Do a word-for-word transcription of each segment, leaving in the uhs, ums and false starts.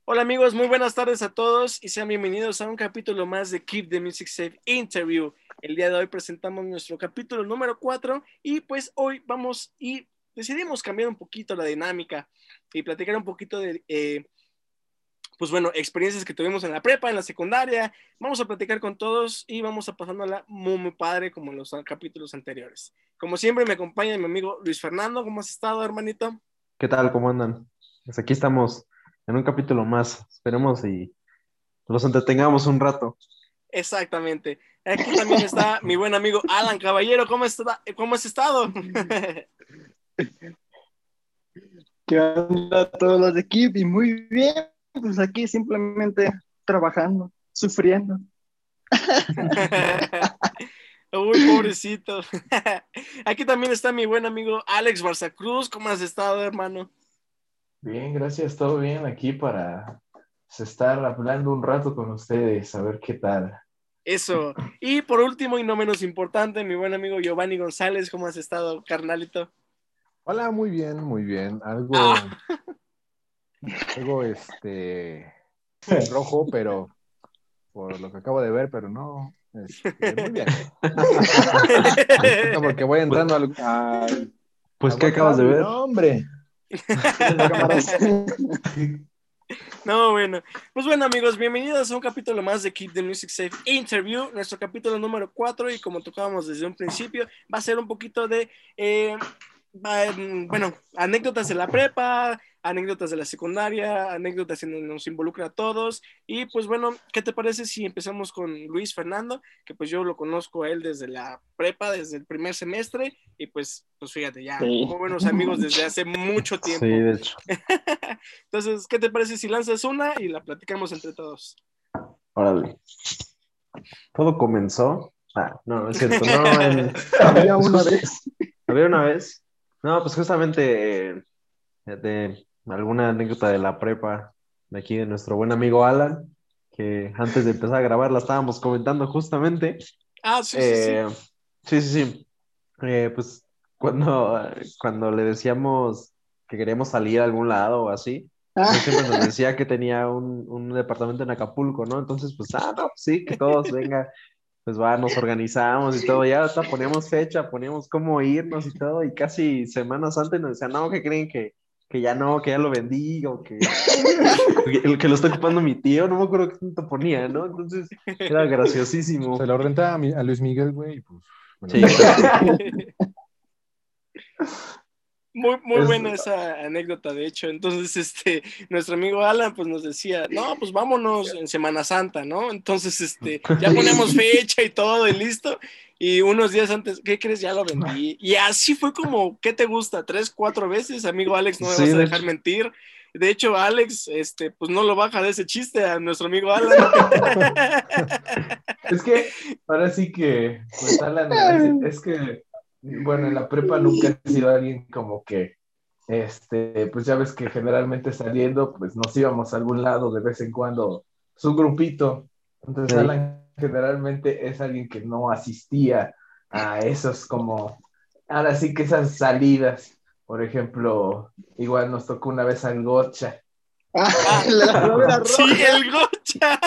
Hola amigos, muy buenas tardes a todos y sean bienvenidos a un capítulo más de Keep the Music Safe Interview. El día de hoy presentamos nuestro capítulo número cuatro y pues hoy vamos y decidimos cambiar un poquito la dinámica y platicar un poquito de, eh, pues bueno, experiencias que tuvimos en la prepa, en la secundaria. Vamos a platicar con todos y vamos a pasándola muy, muy padre como en los capítulos anteriores. Como siempre me acompaña mi amigo Luis Fernando. ¿Cómo has estado, hermanito? ¿Qué tal? ¿Cómo andan? Pues aquí estamos en un capítulo más. Esperemos y los entretengamos un rato. Exactamente. Aquí también está mi buen amigo Alan Caballero. ¿Cómo, está, cómo has estado? ¿Qué onda a todos los de equipo? Y muy bien, pues aquí simplemente trabajando, sufriendo. Uy, pobrecito. Aquí también está mi buen amigo Alex Barzacruz. ¿Cómo has estado, hermano? Bien, gracias, todo bien aquí para pues, estar hablando un rato con ustedes, a ver qué tal. Eso. Y por último y no menos importante, mi buen amigo Giovanni González. ¿Cómo has estado, carnalito? Hola, muy bien, muy bien. Ah, Algo, algo, este, rojo, pero por lo que acabo de ver, pero no, este, muy bien. No, porque voy Pues, entrando al, al, pues, al ¿qué acabas WhatsApp de y ver? no, hombre. Cámaras. No, bueno. Pues bueno, amigos, bienvenidos a un capítulo más de Keep the Music Safe Interview, nuestro capítulo número cuatro, y como tocábamos desde un principio, va a ser un poquito de, eh, va, bueno, anécdotas de la prepa, anécdotas de la secundaria, anécdotas en donde nos involucra a todos, y pues bueno, ¿qué te parece si empezamos con Luis Fernando? Que pues yo lo conozco a él desde la prepa, desde el primer semestre, y pues, pues fíjate, ya, Sí. muy buenos amigos desde hace mucho Sí, tiempo. de hecho. Entonces, ¿qué te parece si lanzas una y la platicamos entre todos? Órale. Todo comenzó. Ah, no, no es cierto. No, en... Había pues una justo, vez. había una vez. No, pues justamente eh, de alguna anécdota de la prepa de aquí de nuestro buen amigo Alan, que antes de empezar a grabar la estábamos comentando justamente. Ah, sí, sí, sí. Eh, sí, sí, sí. Eh, pues cuando, cuando le decíamos que queríamos salir a algún lado o así, pues él siempre nos decía que tenía un, un departamento en Acapulco, ¿no? Entonces, pues, ah, no, pues sí, que todos venga, pues va, nos organizamos y todo, ya hasta poníamos fecha, poníamos cómo irnos y todo, y casi semanas antes nos decían, no, que creen que, que ya no, que ya lo vendí, o que, que, que lo está ocupando mi tío, no me acuerdo qué tanto ponía, ¿no? Entonces, era Se graciosísimo. lo renta a, mi- a Luis Miguel, güey, y pues me lo Sí, llevo. exacto. Muy, muy Es, buena esa anécdota, de hecho. Entonces, este, nuestro amigo Alan, pues nos decía, no, pues vámonos en Semana Santa, ¿no? Entonces, este, ya ponemos fecha y todo y listo. Y unos días antes, ¿qué crees? Ya lo vendí. Y así fue como, ¿qué te gusta? Tres, cuatro veces, amigo Alex, no me sí, vas a de dejar hecho. mentir. De hecho, Alex, este, pues no lo baja de ese chiste a nuestro amigo Alan. Es que ahora sí que, pues Alan, es, es que, bueno, en la prepa nunca he sido alguien como que, este, pues ya ves que generalmente saliendo, pues nos íbamos a algún lado de vez en cuando, su grupito. Entonces Ey. Alan generalmente es alguien que no asistía a esos como, ahora sí que esas salidas. Por ejemplo, igual nos tocó una vez al Gocha. Ah, Ah, el de la sudadera sí, roja. el gocha.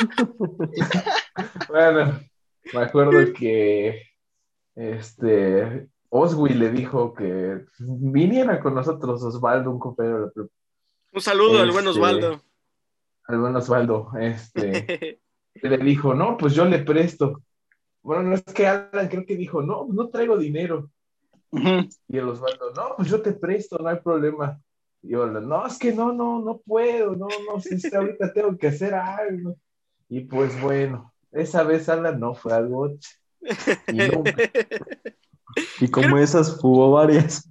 Bueno, me acuerdo que este Oswi le dijo que viniera con nosotros Osvaldo, un compañero de la prepa. Un saludo al buen Este, Osvaldo. al buen Osvaldo, este, le dijo, no, pues yo le presto. Bueno, no es que Alan creo que dijo, no, no traigo dinero. Ujú. Y el Osvaldo, no, pues yo te presto, no hay problema. Y yo, no, es que no, no, no puedo, no, no, si es que ahorita tengo que hacer algo. Y pues bueno, esa vez Alan no fue algo y nunca. Y Creo. como esas hubo varias.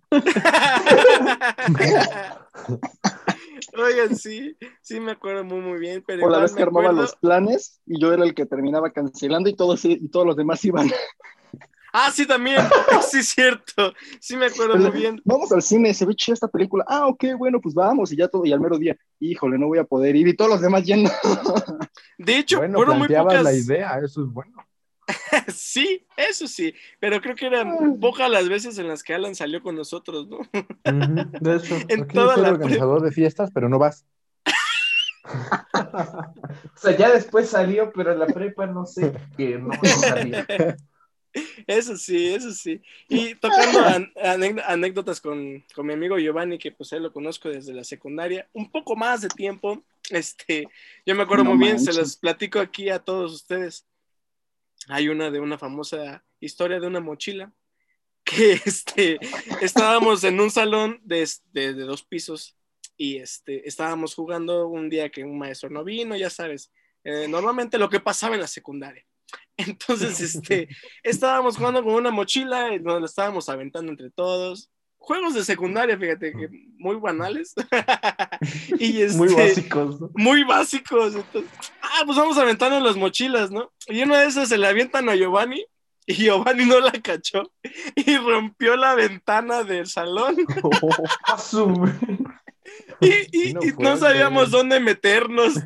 Oigan, sí, sí me acuerdo muy, muy bien, pero O la igual vez me que armaba acuerdo. los planes y yo era el que terminaba cancelando y todos, y todos los demás iban. Ah, sí, también, sí, es cierto, sí me acuerdo muy bien. Vamos al cine, se ve chida esta película. Ah, ok, bueno, pues vamos. Y ya todo, y al mero día, híjole, no voy a poder ir. Y todos los demás yendo. De hecho, Bueno, fueron muy planteabas la pocas, idea, eso es bueno. sí, eso sí, pero creo que eran pocas las veces en las que Alan salió con nosotros, ¿no? Ujú, de hecho. En Aquí toda soy el la prepa. organizador de fiestas, pero no vas. O sea, ya después salió, pero en la prepa no sé que no, no salía. Eso sí, eso sí. Y tocando an- anécd- anécdotas con, con mi amigo Giovanni, que pues él lo conozco desde la secundaria, un poco más de tiempo, este, yo me acuerdo No muy bien, se manches. los platico aquí a todos ustedes. Hay una de una famosa historia de una mochila, que este, estábamos en un salón de, de, de dos pisos y este, estábamos jugando un día que un maestro no vino, ya sabes, eh, normalmente lo que pasaba en la secundaria. Entonces, este, estábamos jugando con una mochila, donde la estábamos aventando entre todos. Juegos de secundaria, fíjate, que muy banales. y este, Muy básicos, ¿no? Muy básicos. Entonces, ah, pues vamos aventando las mochilas, ¿no? Y una de esas se la avientan a Giovanni, y Giovanni no la cachó, y rompió la ventana del salón. A su- y, y, No y no fue, sabíamos güey. dónde meternos.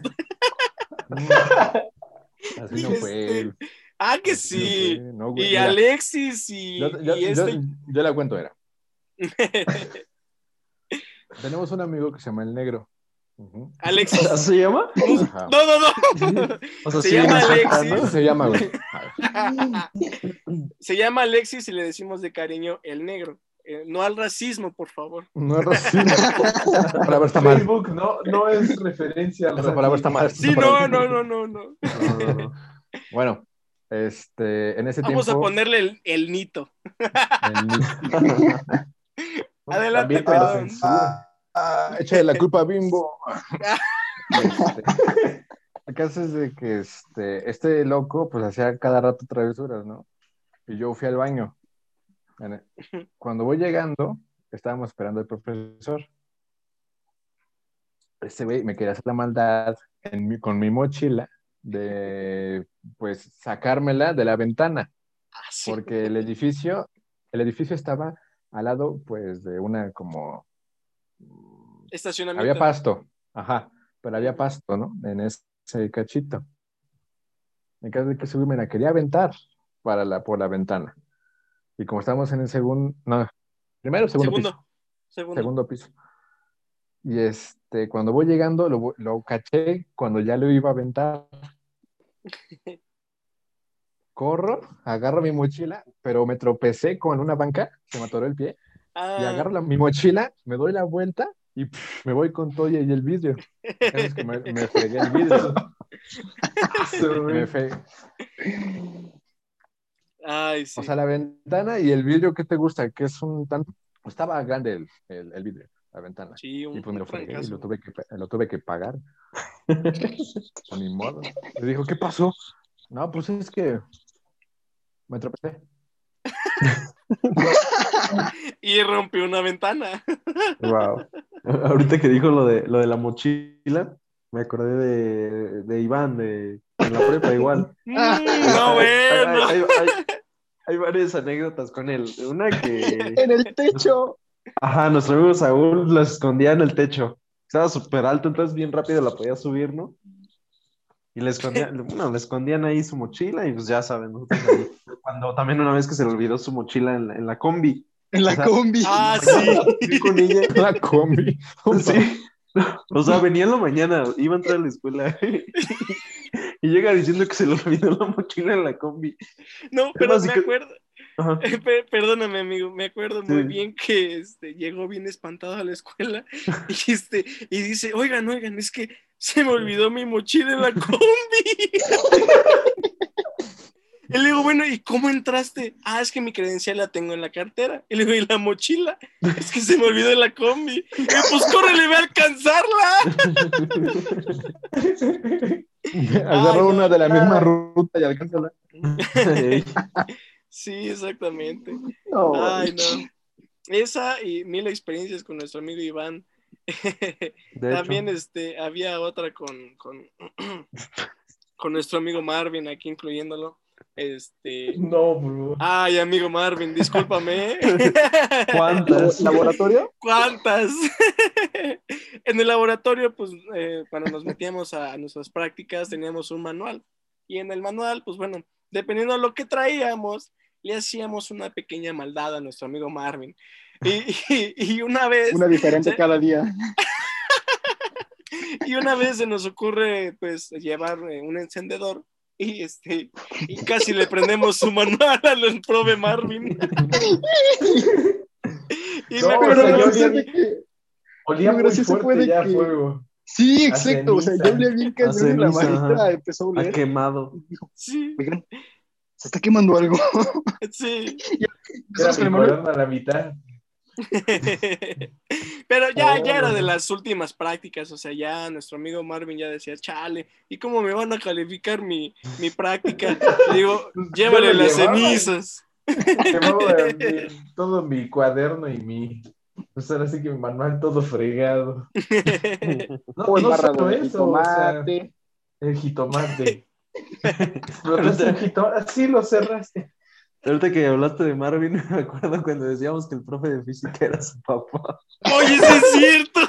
Así Y no fue este, él. ah, que Así no sí. fue. No, güey. Y Mira, Alexis y, yo, yo, y yo, este. yo la cuento, era. Tenemos un amigo que se llama El Negro. Ujú. Alexis. ¿Así se llama? Mus- Ajá. No, no, no. O sea, Se sí, llama en Z, Alexis. ¿no? ¿Cómo se llama, güey? A ver. Se llama Alexis y le decimos de cariño el negro. Eh, no al racismo, por favor. No es racismo. Esa palabra está mal. Facebook no, no es referencia al Esa palabra está mal. Sí, no, no, no, no, no. No, no, no. Bueno, este, en ese Vamos tiempo. a ponerle el, el nito. el- Adelante, También te lo perdón. censura. Ah, échale la culpa a Bimbo. Este, el caso es de que este, este loco pues hacía cada rato travesuras, ¿no? Y yo fui al baño. En el- Cuando voy llegando, estábamos esperando al profesor. Ese güey me quería hacer la maldad en mi- con mi mochila de pues sacármela de la ventana, Ah, sí. porque el edificio, el edificio estaba al lado pues de una como Estacionamiento. había pasto, ajá, pero había pasto, ¿no? En ese cachito. En caso de que subí, me la quería aventar para la, por la ventana. Y como estábamos en el segundo, no, primero o segundo, Segundo. piso. Segundo. Segundo piso. Y este, cuando voy llegando, lo, lo caché cuando ya lo iba a aventar. Corro, agarro mi mochila, pero me tropecé con una banca, se me atoró el pie, y Ah, agarro la- mi mochila, me doy la vuelta y pff, me voy con todo y el vidrio. El caso es que me, me fregué el vidrio. Me fe- Ay, sí. O sea, la ventana y el vidrio, ¿qué te gusta? Que es un tanto... Estaba grande el, el, el vidrio, la ventana. Sí, un, Y pues me un lo fregué y trancazo. lo tuve que, lo tuve que pagar. Pues, ni modo. Le dijo, ¿qué pasó? No, pues es que me tropecé. Y rompió una ventana. Wow. Ahorita que dijo lo de, lo de la mochila, me acordé de, de Iván, de, en la prepa igual. Mm, no, bueno. Hay, hay- hay- hay varias anécdotas con él. Una que, En el techo. ajá, nuestro amigo Saúl la escondía en el techo. Estaba súper alto, entonces bien rápido la podía subir, ¿no? Y le escondían, bueno, le escondían ahí su mochila y pues ya saben, nosotros ahí, cuando también una vez que se le olvidó su mochila en la, en la combi. En la O sea, combi. Ah, sí. Fui con ella. La combi. Sí. O sea, venía en la mañana, iba a entrar a la escuela y llega diciendo que se le olvidó la mochila en la combi. No, pero Además, me que- acuerdo. Ajá. Eh, per- Perdóname, amigo, me acuerdo muy Sí. bien que este, llegó bien espantado a la escuela y, este, y dice, oigan, oigan, es que se me olvidó mi mochila en la combi. Y le digo, bueno, ¿y cómo entraste? Ah, es que mi credencial la tengo en la cartera. Y le digo, ¿y la mochila? Es que se me olvidó en la combi. Y yo, pues córrele, ve a alcanzarla. Agarró Ay, no. una de la misma ruta y alcanza. Sí, exactamente. No, Ay, no. Esa y mil experiencias con nuestro amigo Iván. De También hecho. este, había otra con, con, con nuestro amigo Marvin, aquí incluyéndolo. Este, No, bro. ay, amigo Marvin, discúlpame. ¿Cuántas? ¿Laboratorio? ¿Cuántas? En el laboratorio, pues, eh, cuando nos metíamos a nuestras prácticas, teníamos un manual. Y en el manual, pues bueno, dependiendo de lo que traíamos, le hacíamos una pequeña maldad a nuestro amigo Marvin. Y, y, y una vez... Una diferente se- cada día. Y una vez se nos ocurre, pues, llevar eh, un encendedor y, este, y casi le prendemos su manual al profe Marvin. Y No, me o acuerdo sea, Pero yo lo que- olía, gracioso de que- olía lo muy gracioso fue fuerte de ya a que- fuego. Sí, A exacto. O sea, ceniza. yo olía bien A cañón y la ceniza, maestra ajá. empezó a Ha oler. quemado. Y dijo, Sí, oigan, se está quemando algo. sí. Era Nosotros con mi el Manuel, corona a la mitad. Pero ya, No, ya era no, de no. las últimas prácticas, o sea, ya nuestro amigo Marvin ya decía, chale, ¿y cómo me van a calificar mi, mi práctica? Le digo, Yo llévale lo las llevaba. cenizas. Llevaba mi- todo mi cuaderno y mi. Pues ahora sí que mi manual todo fregado. No, o no embarrado solo de eso, o sea, jitomate. el jitomate. Explotaste Ahorita, un jitomate, así lo cerraste. ahorita que hablaste de Marvin, me acuerdo cuando decíamos que el profe de física era su papá. Oye, sí es cierto.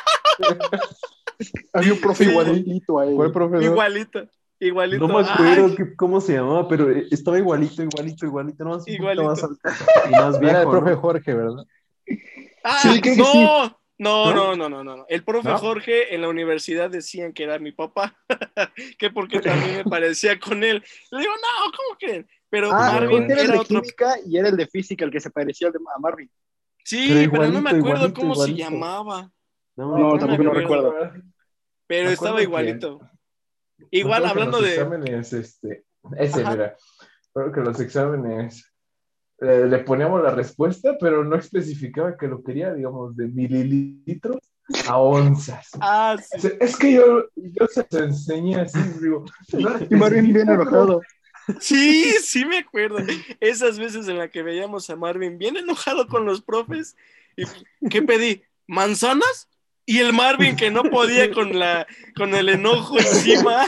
Había un profe Sí. igualito a él. ¿Cuál profesor? Igualito, igualito. No me acuerdo Ay, que- cómo se llamaba, pero estaba igualito, igualito, igualito, no más un poquito más igualito. alto y más Era el viejo, profe ¿no? Jorge, ¿verdad? Ah, Sí, creo que no, sí. no, ¿No? no, no, no, no, no. El profe ¿No? Jorge en la universidad decían que era mi papá, que porque también me parecía con él. Le digo, no, ¿cómo creen? Pero Ah, Marvin Jorge era el era de otro. química y era el de física, el que se parecía al de a Marvin. Sí, pero no me igualito, acuerdo igualito, cómo se igualito. llamaba. No, No, ni No me tampoco no acuerdo. recuerdo. Pero Me estaba acuerdo que- igualito. Me Igual acuerdo que en hablando los de. exámenes, este, ese, Ajá. mira, creo que los exámenes eh, le poníamos la respuesta, pero no especificaba que lo quería, digamos, de mililitros a onzas. Ah, O sí. sea, es que yo, yo se lo enseñé así, digo, no Y Marvin bien especifica, bro. enojado. Sí, sí me acuerdo. Esas veces en las que veíamos a Marvin bien enojado con los profes. ¿Y qué pedí? ¿Manzanas? Y el Marvin que no podía con la con el enojo encima.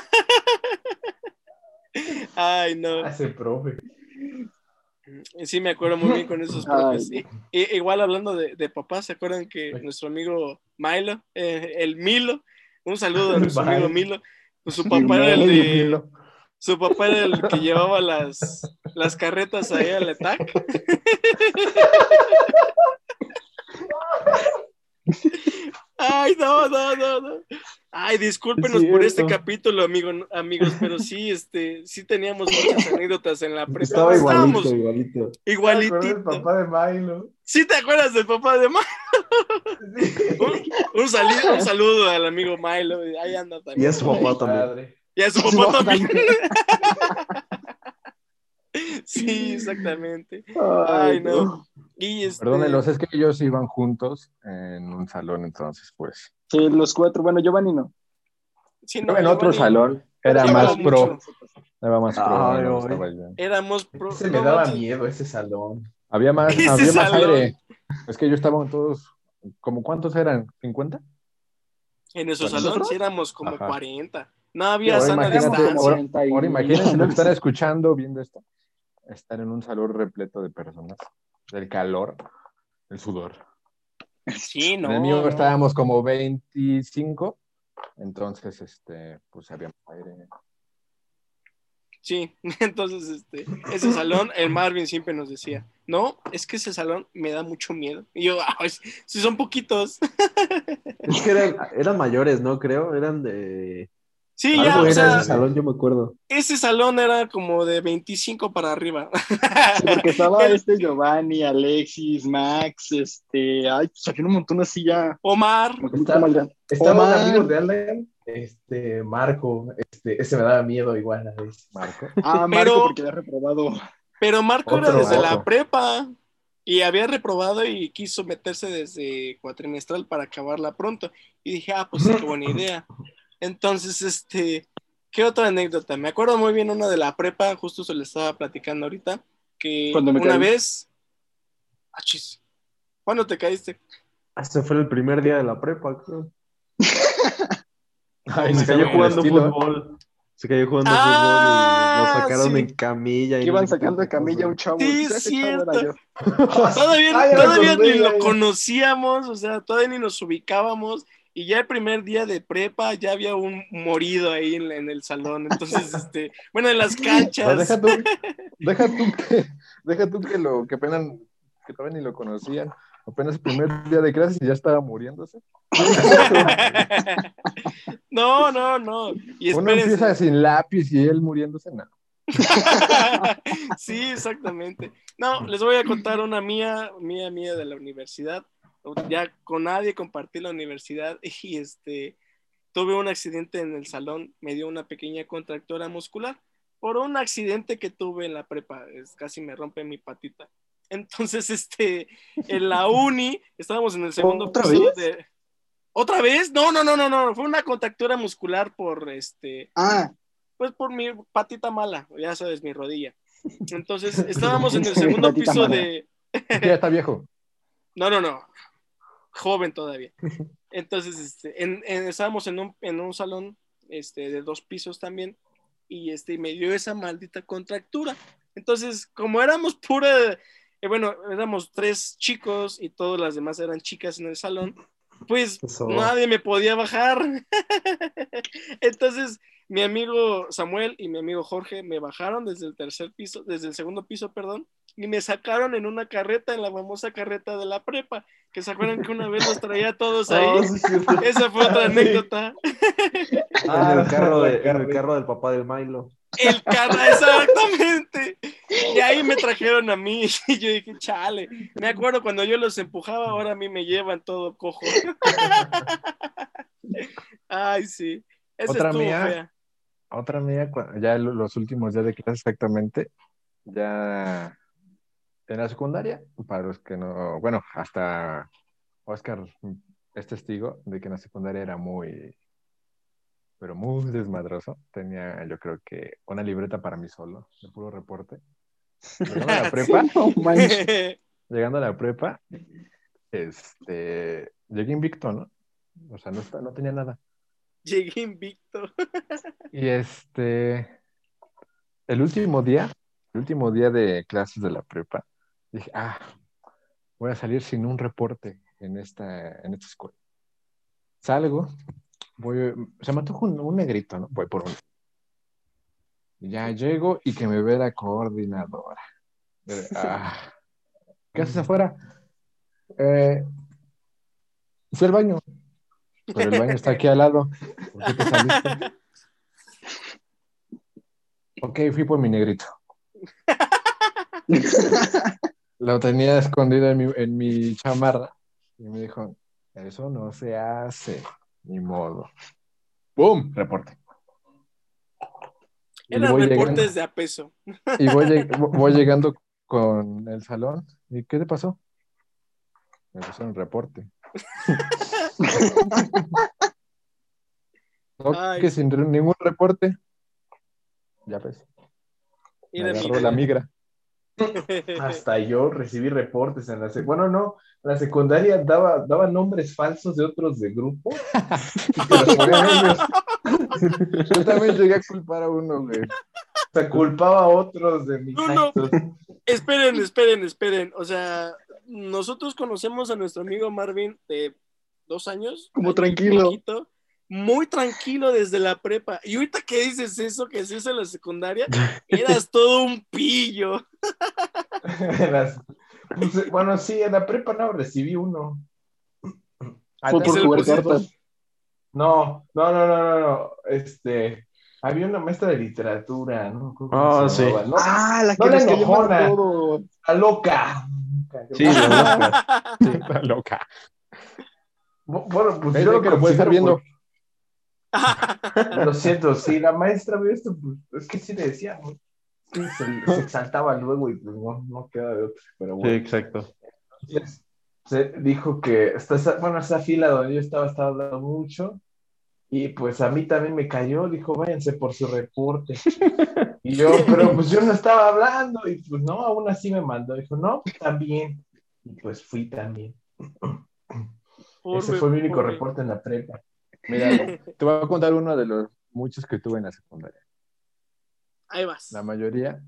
Ay, no. Ah, ese profe. Sí me acuerdo muy bien con esos Ay, profes. I- i- igual hablando de, de papás, ¿se acuerdan que nuestro amigo Milo, eh, el Milo, un saludo a nuestro amigo Bye. Milo, pues su papá era el Milo, de, Milo. su papá era el que llevaba las, las carretas ahí al E T A C. Ay, no, no, no, no. Ay, discúlpenos Es por este cierto. capítulo, amigo, amigos, pero sí, este, sí teníamos muchas anécdotas en la prepa. Estaba Estábamos igualito, igualito. Me acordé del igualitito. papá de Milo. ¿Sí te acuerdas del papá de Milo? Sí. Un, un, sali- un saludo al amigo Milo. Ahí anda también. Y a su por ahí. papá también. Padre. Y a su Su papá papá también. también. Sí, exactamente. Ay, Ay, no. no. Y este... Perdónenlos, es que ellos iban juntos en un salón, entonces, pues. Sí, los cuatro. Bueno, Giovanni no. Sí, Yo no, en otro Giovanni, salón era llevaba más mucho. pro. Era más pro, Ay, no me ay. gustaba yo. Éramos pro... Ese me no daba manches. miedo, ese salón. Había más, Ese había más salón. aire. Es que yo estaban todos, ¿como cuántos eran? ¿cincuenta? En nuestro ¿Nosotros? salón sí éramos como Ajá. cuarenta. No había Ahora sana imagínate, distancia. ahora, ochenta y- ahora imagínense no lo que están sé. escuchando, viendo esto. Estar en un salón repleto de personas. Del calor, el sudor. Sí, no. en el mío no. estábamos como veinticinco, entonces, este, pues había más aire. Sí, entonces, este, ese salón, el Marvin siempre nos decía, no, es que ese salón me da mucho miedo. Y yo, ay, si son poquitos. Es que eran, eran mayores, ¿no? Creo, eran de... Sí, Algo ya, o era sea, ese salón, yo me acuerdo. ese salón era como de veinticinco para arriba. Sí, porque estaba El este Giovanni, Alexis, Max, este, ay, pues había un montón así ya. Omar, como que un poquito más grande. Estaba un Omar. amigo de Alan, este, Marco, este, ese me daba miedo igual a veces. Marco. Ah, Marco, Pero- porque había reprobado. pero Marco era Otro desde la Marco. prepa y había reprobado y quiso meterse desde cuatrimestral para acabarla pronto. Y dije, ah, pues sí, qué buena idea. Entonces, este, ¿qué otra anécdota? Me acuerdo muy bien una de la prepa, justo se le estaba platicando ahorita, que Cuando me una caí. vez... Ah, chis. ¿Cuándo te caíste? Ese fue el primer día de la prepa, creo. Ay, Se Se sí, cayó bueno, jugando estilo, ¿eh? fútbol. Se cayó jugando Ah, fútbol y lo sacaron sí. en camilla. y Que no iban sé qué sacando de cosa. camilla a un chavo. Sí, Pues ese chavo era cierto. yo. Todavía, Ah, ya me todavía acordé, ni ya, lo ya. conocíamos, o sea, todavía ni nos ubicábamos. Y ya el primer día de prepa ya había un morido ahí en, en el salón. Entonces, este, bueno, en las Pero canchas. deja tú, deja tú que, deja tú que lo, que apenas, que todavía ni lo conocían. Apenas el primer día de clases y ya estaba muriéndose. No, no, no. Y Uno espérense. empieza sin lápiz y él muriéndose, no. Sí, exactamente. No, les voy a contar una mía, mía, mía de la universidad. Ya con nadie compartí la universidad y este, tuve un accidente en el salón, me dio una pequeña contractura muscular por un accidente que tuve en la prepa, es, casi me rompe mi patita. Entonces, este, en la uni, estábamos en el segundo ¿Otra piso vez? de... ¿Otra vez? No, no, no, no, no, fue una contractura muscular por, este, Ah, pues por mi patita mala, ya sabes, mi rodilla. Entonces, estábamos en el segundo Patita piso mala. de... Es que ya está viejo. No, no, no, joven todavía. Entonces, este, en, en- estábamos en un, en un salón este, de dos pisos también y este, me dio esa maldita contractura. Entonces, como éramos pura, eh, bueno, éramos tres chicos y todas las demás eran chicas en el salón, pues Eso. nadie me podía bajar. Entonces, mi amigo Samuel y mi amigo Jorge me bajaron desde el tercer piso, desde el segundo piso, perdón, y me sacaron en una carreta, en la famosa carreta de la prepa, que se acuerdan que una vez los traía a todos ahí. Ah, sí, es cierto. Esa fue otra Sí. anécdota. En el carro, la de, en el carreta. carro del papá del Milo. El carro, exactamente. Y ahí me trajeron a mí y yo dije, chale. Me acuerdo cuando yo los empujaba, ahora a mí me llevan todo cojo. Ay, sí. Esa Otra estuvo mía. fea. Otra mía, cua- ya lo- los últimos días de clase exactamente, ya en la secundaria, para los que no, bueno, hasta Oscar es testigo de que en la secundaria era muy, pero muy desmadroso. Tenía, yo creo que una libreta para mí solo, de puro reporte. Llegando a la prepa, no manches. llegando a la prepa, este, llegué invicto, ¿no? O sea, no, está- no tenía nada. Llegué invicto. Y este, el último día, el último día de clases de la prepa, dije, ah, voy a salir sin un reporte en esta, en esta escuela. Salgo, voy, se me antoja un, un negrito, ¿no? Voy por uno. Y ya llego y que me ve la coordinadora. Ah, ¿qué haces afuera? Eh, fui al baño, pero el baño está aquí al lado. ¿Por qué te saliste? Ok, fui por mi negrito. Lo tenía escondido en mi, en mi chamarra. Y me dijo, eso no se hace, ni modo. ¡Pum! Reporte. Y Eran voy reportes llegando, de a peso. y voy, lleg- voy llegando con el salón. ¿Y qué te pasó? Me pusieron reporte. No, Ay, que sí. sin re- ningún reporte. Ya ves, me Era mi agarró la idea. migra. Hasta yo recibí reportes en la sec- Bueno, no, en la secundaria daba, daba nombres falsos de otros de grupo y se los ponían ellos. Yo también llegué a culpar a uno, güey. O sea, culpaba a otros de mis No, no. actos. Esperen, esperen, esperen. O sea, nosotros conocemos a nuestro amigo Marvin de dos años. Como año y tranquilo. poquito, muy tranquilo desde la prepa. Y ahorita que dices eso, que hacías en la secundaria, eras todo un pillo. Las- pues, bueno, sí, en la prepa no recibí uno. Ah, Fue Y por se lo jugar pusiste. cartas. No, no, no, no, no, no. Este, había una maestra de literatura, ¿no? ¿Cómo Ah, se sí. llamaba? No, Ah, la no que la nos cayó mal a enojona, todos. la loca. Sí, la loca. Sí. Está loca. Bueno, pues Ven, yo ven lo que lo puedes estar considero viendo. por- Lo siento, sí, la maestra vio esto, pues es que sí le decía, ¿no? Sí, se, se exaltaba luego y pues no, no queda de otro, pero Sí, bueno. exacto. Entonces, se dijo que, esta, esa- bueno, esa fila donde yo estaba, estaba hablando mucho, y pues a mí también me cayó, dijo, váyanse por su reporte. Y yo, pero pues yo no estaba hablando, y pues no, aún así me mandó, dijo, no, pues también, y pues fui también. Ese Pobre, fue mi único pobre. reporte en la prepa. Mira, te voy a contar uno de los muchos que tuve en la secundaria. Ahí vas. La mayoría,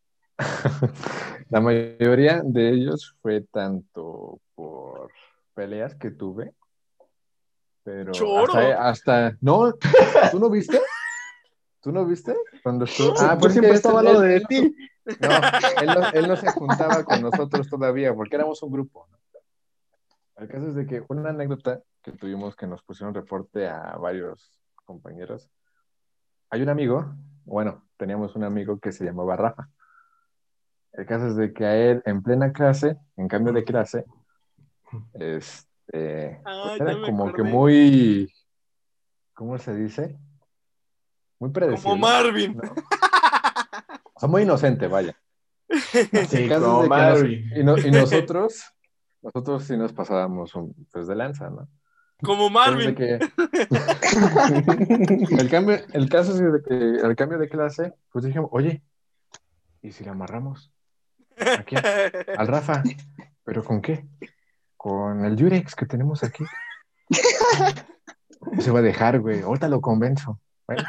la mayoría de ellos fue tanto por peleas que tuve, pero Choro. hasta, hasta, no, ¿tú no viste? ¿Tú no viste? Cuando estuvo, Sí, ah, yo pues es siempre que estaba al él, lado él- de él no, ti. no, él no, él no se juntaba con nosotros todavía, porque éramos un grupo, ¿no? El caso es de que una anécdota que tuvimos que nos pusieron reporte a varios compañeros. Hay un amigo, bueno, teníamos un amigo que se llamaba Rafa. El caso es de que a él, en plena clase, en cambio de clase, este, Ah, ya era me como que acordé. muy, ¿cómo se dice? Muy predecible. Como Marvin. ¿no? O sea, muy inocente, vaya. Sí, El caso como es de que nos- Marvin. y, no- y nosotros, nosotros sí nos pasábamos un, pues de lanza, ¿no? Como El caso es de Marvin. que, el cambio, el caso es de que al cambio de clase, pues dijimos, oye, ¿y si la amarramos? ¿A quién? Al Rafa. ¿Pero con qué? Con el Yurex que tenemos aquí. No se va a dejar, güey. Ahorita lo convenzo. Bueno,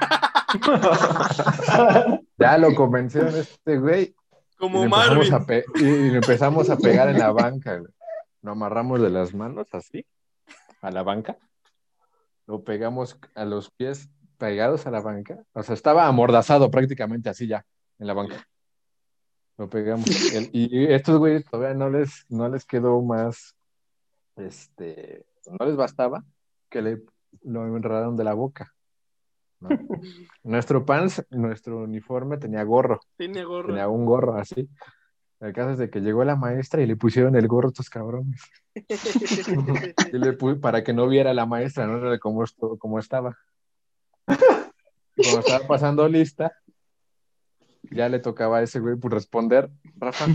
ya lo convencieron este güey. Y Como le empezamos Marvin. a, pe- y le empezamos a pegar en la banca, güey. Lo amarramos de las manos así, a la banca. Lo pegamos a los pies pegados a la banca. O sea, estaba amordazado prácticamente así ya, en la banca. Lo pegamos. El- y estos güeyes todavía no les, no les quedó más, este, no les bastaba que le lo enredaron de la boca, ¿no? Nuestro pants, nuestro uniforme tenía gorro, Tiene gorro. tenía un gorro así. El caso es de que llegó la maestra y le pusieron el gorro a estos cabrones. Y le pu- para que no viera la maestra, ¿no? De cómo, esto- cómo estaba. Y cuando estaba pasando lista, ya le tocaba a ese güey pues, responder, Rafa.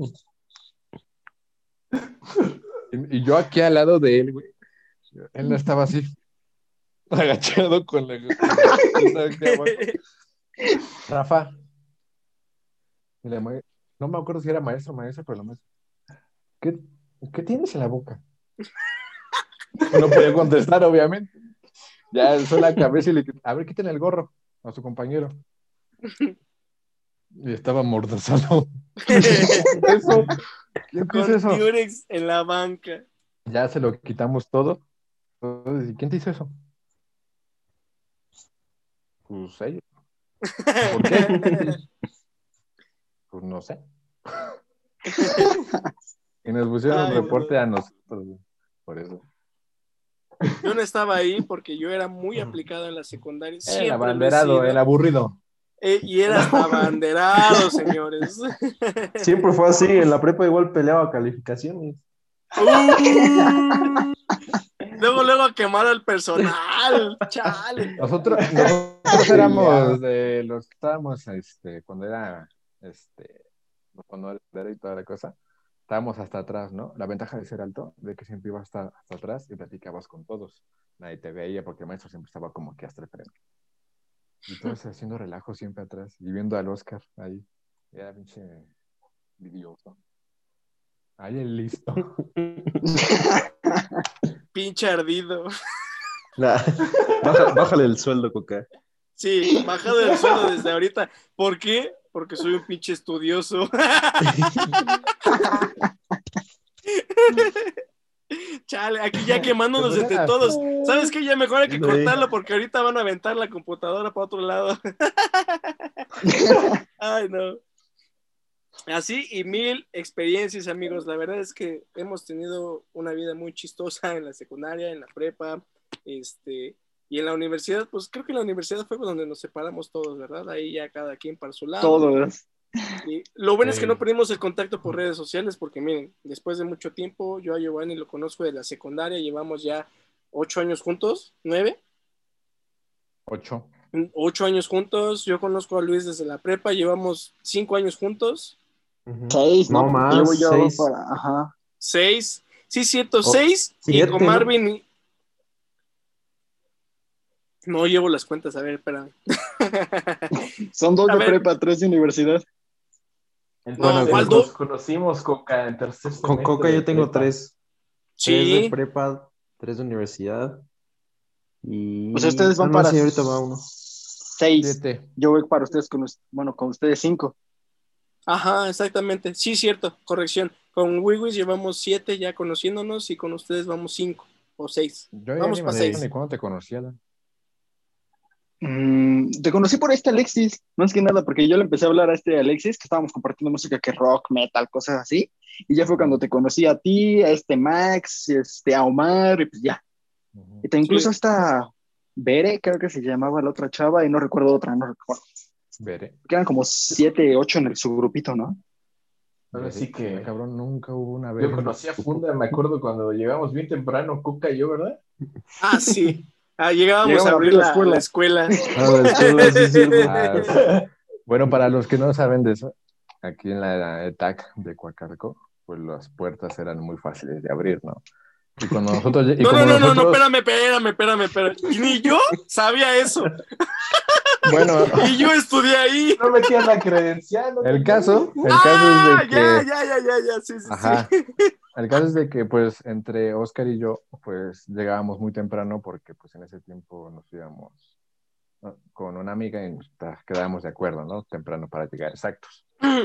Y, y yo aquí al lado de él, güey. Él no estaba así, agachado con la, con la aquí abajo. Rafa. Y la ma- no me acuerdo si era maestro o maestra, pero la maestra. ¿Qué, ¿Qué tienes en la boca? No podía contestar, obviamente. Ya alzó la cabeza y le a ver, quiten el gorro a su compañero. Y estaba amordazado. Eso. ¿Quién te hizo Con eso? Durex en la banca. Ya se lo quitamos todo. Entonces, ¿quién te hizo eso? Pues ellos. ¿Por qué? Pues no sé. Y nos pusieron Ay, reporte no. a nosotros. Por eso. Yo no estaba ahí porque yo era muy aplicado en la secundaria. El Siempre lo he abanderado, sido. el aburrido. Eh, y era hasta abanderado, señores. Siempre fue así, en la prepa igual peleaba calificaciones. Uh, luego, luego a quemar al personal. Chale. Nosotros, nosotros éramos de los que estábamos, este, cuando era, este, cuando era y toda la cosa, estábamos hasta atrás, ¿no? La ventaja de ser alto, de que siempre ibas hasta, hasta atrás y platicabas con todos. Nadie te veía porque el maestro siempre estaba como que hasta el frente. Y todos haciendo relajo siempre atrás y viendo al Oscar ahí. Era pinche vidioso. Ahí el listo. Pinche ardido. Nah, baja- bájale el sueldo, Coca. Sí, bajado del suelo desde ahorita. ¿Por qué? Porque soy un pinche estudioso. Chale, aquí ya quemándonos Pues entre era- todos. ¿Sabes qué? Ya mejor hay que Sí. cortarlo porque ahorita van a aventar la computadora para otro lado. Ay, no. Así y mil experiencias, amigos. La verdad es que hemos tenido una vida muy chistosa en la secundaria, en la prepa, este, y en la universidad. Pues creo que en la universidad fue donde nos separamos todos, ¿verdad? Ahí ya cada quien para su lado. Todos. Y lo bueno es que Sí. no perdimos el contacto por redes sociales, porque miren, después de mucho tiempo, yo a Giovanni lo conozco de la secundaria, llevamos ya ocho años juntos, nueve, Ocho. ocho años juntos. Yo conozco a Luis desde la prepa, llevamos cinco años juntos. Seis, ¿no? No más, Llevo yo seis. para. Ajá. Seis, sí, cierto, Oh, seis. Y siete, con ¿no? Marvin. y- No llevo las cuentas, a ver, espérame. Son dos A de ver. prepa, tres de universidad. No, Entonces ¿cuál nos dos? conocimos Coca en tercer Con semestre Coca de yo tengo prepa. tres. Tres de Sí, prepa, tres de universidad. Y... O sea, ustedes van Ah, no, para sí, ahorita va uno. seis. Siete. Yo voy para ustedes con, us- bueno, con ustedes cinco. ajá, exactamente. Sí, cierto, corrección. Con Wiwis llevamos siete ya conociéndonos y con ustedes vamos cinco o seis. Yo ya Vamos ni me para acuerdo seis. ni cuándo te conocí, Alan. Mm, te conocí por este Alexis, más que nada, porque yo le empecé a hablar a este Alexis, que estábamos compartiendo música que rock, metal, cosas así. Y ya fue cuando te conocí a ti, a este Max, este, a Omar, y pues ya. Ujú. Y te incluso Sí. hasta Bere, creo que se llamaba la otra chava, y no recuerdo otra, no recuerdo. Veré. Que eran como siete, ocho en el subgrupito, ¿no? Ahora Veré. sí que- Ah, cabrón, nunca hubo una vez. Yo conocí a Funda, me acuerdo cuando llegamos bien temprano, Cuca y yo, ¿verdad? Ah, sí. Ah, llegábamos, Llegamos a abrir la, la escuela. Ah, la escuela, sí, es cierto. Ah, sí. Bueno, para los que no saben de eso, aquí en la E T A C de Coacalco, pues las puertas eran muy fáciles de abrir, ¿no? Y cuando nosotros... Y No, como no, no, no, no, nosotros, espérame, espérame, espérame, espérame. Y ni yo sabía eso. Bueno, Y yo estudié ahí. No metías la credencial. ¿no? el caso, el caso Ah, es de ya, que... ya, ya, ya, ya, sí, sí, Ajá. sí. El caso es de que, pues, entre Oscar y yo, pues, llegábamos muy temprano porque, pues, en ese tiempo nos íbamos, ¿no?, con una amiga y nos quedábamos de acuerdo, ¿no? Temprano para llegar exactos.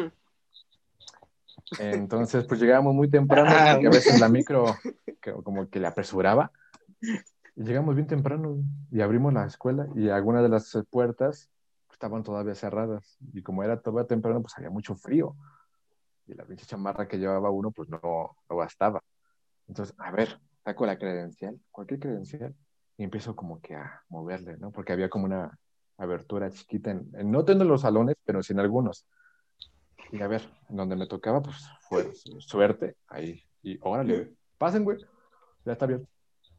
Entonces, pues, llegábamos muy temprano Ah, porque a veces la micro que, como que le apresuraba. Y llegamos bien temprano y abrimos la escuela y algunas de las puertas estaban todavía cerradas. Y como era todavía temprano, pues había mucho frío. Y la pinche chamarra que llevaba uno, pues no, no bastaba. Entonces, a ver, saco la credencial, cualquier credencial, y empiezo como que a moverle, ¿no? Porque había como una abertura chiquita, en, en no en los salones, pero sí en algunos. Y a ver, en donde me tocaba, pues fue suerte, ahí. Y órale, pasen, güey, ya está bien.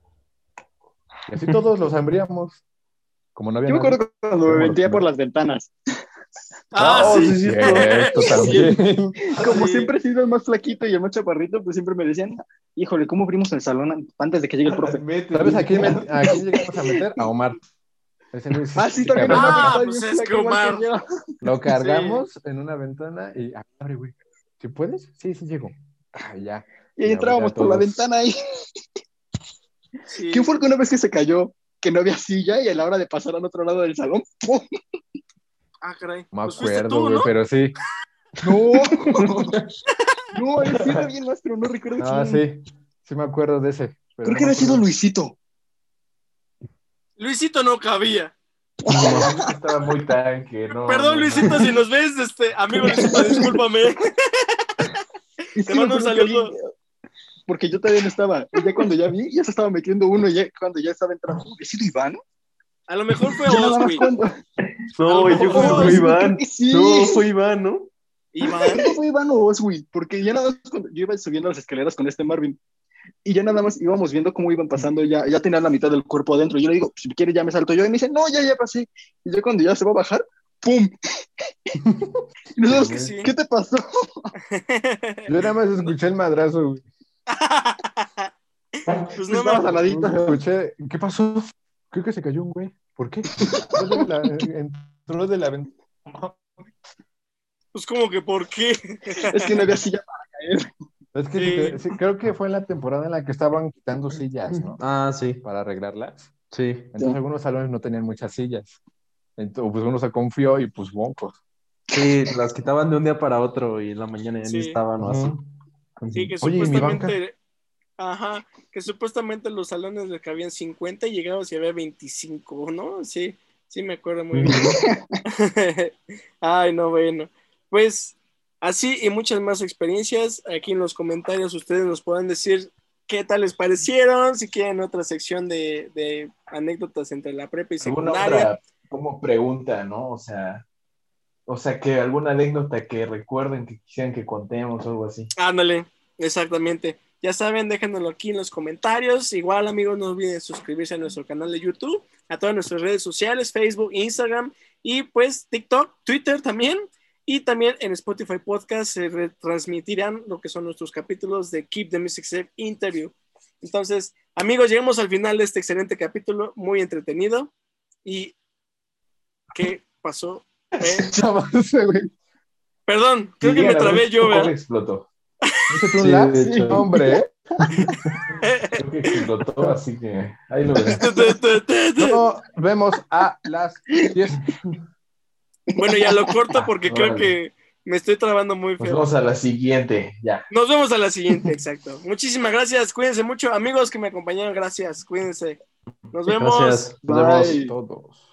Y así todos los abríamos, como no había yo me nadie. acuerdo cuando me éramos los metía por primeros. las ventanas. Ah, Oh, sí. sí, sí, cierto. Cierto, también. Como Sí. siempre he sido el más flaquito y el más chaparrito, pues siempre me decían, híjole, ¿cómo abrimos el salón antes de que llegue el profe? Métete. ¿Sabes a quién, met- a quién llegamos a meter? A Omar. Ese güey sí, Ah, sí, sí, también cabrón. Omar, Ah, estaba pues bien es que flaco igual que Omar. yo. Lo cargamos en una ventana y abre, güey. ¿Sí puedes? Sí, sí llego. Ah, ya. Y ahí Y entrábamos abría por la todos. ventana ahí. Sí. ¿Quién fue el que una vez que se cayó, que no había silla y a la hora de pasar al otro lado del salón, ¡pum! Ah, caray. No me Pues fuiste acuerdo, tú, güey, ¿no? pero sí. No, no, él sí era bien más, pero no recuerdo No, quién. sí. Sí me acuerdo de ese. Pero Creo no que me había sido acuerdo. Luisito. Luisito no cabía. Estaba muy tanque, no. Perdón, no, Luisito, no. si nos ves, este, amigo Luisito, discúlpame. Es Te que me mando un acuerdo que alguien, saludo. porque yo todavía no estaba. Y ya cuando ya vi, ya se estaba metiendo uno, y ya cuando ya estaba entrando, ¿ha sido Iván? A lo mejor fue Ya nada más Oswi. cuando. A No, lo yo mejor creo fue que fue Oswi, Oswi. creo Iván. que sí. No, fue Iván, ¿no? Iván. Creo que fue Iván o Oswi, porque ya nada más cuando yo iba subiendo las escaleras con este Marvin. Y ya nada más íbamos viendo cómo iban pasando, ya, ya tenía la mitad del cuerpo adentro. Yo le digo, si quiere ya me salto yo. Y me dice, no, ya, ya pasé. Y yo cuando ya se va a bajar, ¡pum! Y nosotros, que sí. ¿qué te pasó? Yo nada más escuché el madrazo, güey. Pues no me Estabas al ladito. Escuché, ¿qué pasó? Creo que se cayó un güey. ¿Por qué? Entró de la, entró de la ventana. Pues como que ¿por qué? Es que no había silla para caer. Es que Sí. sí te- sí, creo que fue en la temporada en la que estaban quitando sillas, ¿no? Ah, sí, Para arreglarlas. sí. Entonces algunos salones no tenían muchas sillas. Entonces, pues uno se confió y pues boncos. Sí, las quitaban de un día para otro y en la mañana ya ni Sí. estaban o así. Sí, que Oye, ¿y mi banca? supuestamente. Ajá, que supuestamente los salones le cabían cincuenta y llegabas y había veinticinco, ¿no? Sí, sí me acuerdo muy bien. Ay, no, bueno. Pues así y muchas más experiencias. Aquí en los comentarios ustedes nos pueden decir qué tal les parecieron, si quieren otra sección de, de anécdotas entre la prepa y Alguna secundaria. otra como pregunta, ¿no? O sea, o sea, que alguna anécdota que recuerden que quisieran que contemos o algo así. Ándale, exactamente. Ya saben, déjenoslo aquí en los comentarios. Igual, amigos, no olviden suscribirse a nuestro canal de YouTube, a todas nuestras redes sociales, Facebook, Instagram y pues TikTok, Twitter también. Y también en Spotify Podcast se retransmitirán lo que son nuestros capítulos de Keep the Music Safe Interview. Entonces, amigos, llegamos al final de este excelente capítulo, muy entretenido. ¿Y qué pasó? Eh, perdón, creo que me trabé yo, ¿Cómo ¿verdad? explotó? ¿Hiciste un Sí, lag? de Sí, hecho. hombre, ¿eh? Creo que explotó, así que ahí lo veré. Nos vemos a las diez. Bueno, ya lo corto porque creo Órale. que me estoy trabando muy Nos feo. vamos a la siguiente, ya. Nos vemos a la siguiente, exacto. Muchísimas gracias, cuídense mucho. Amigos que me acompañaron, gracias, cuídense. Nos vemos. Gracias. Nos vemos. Bye. Todos.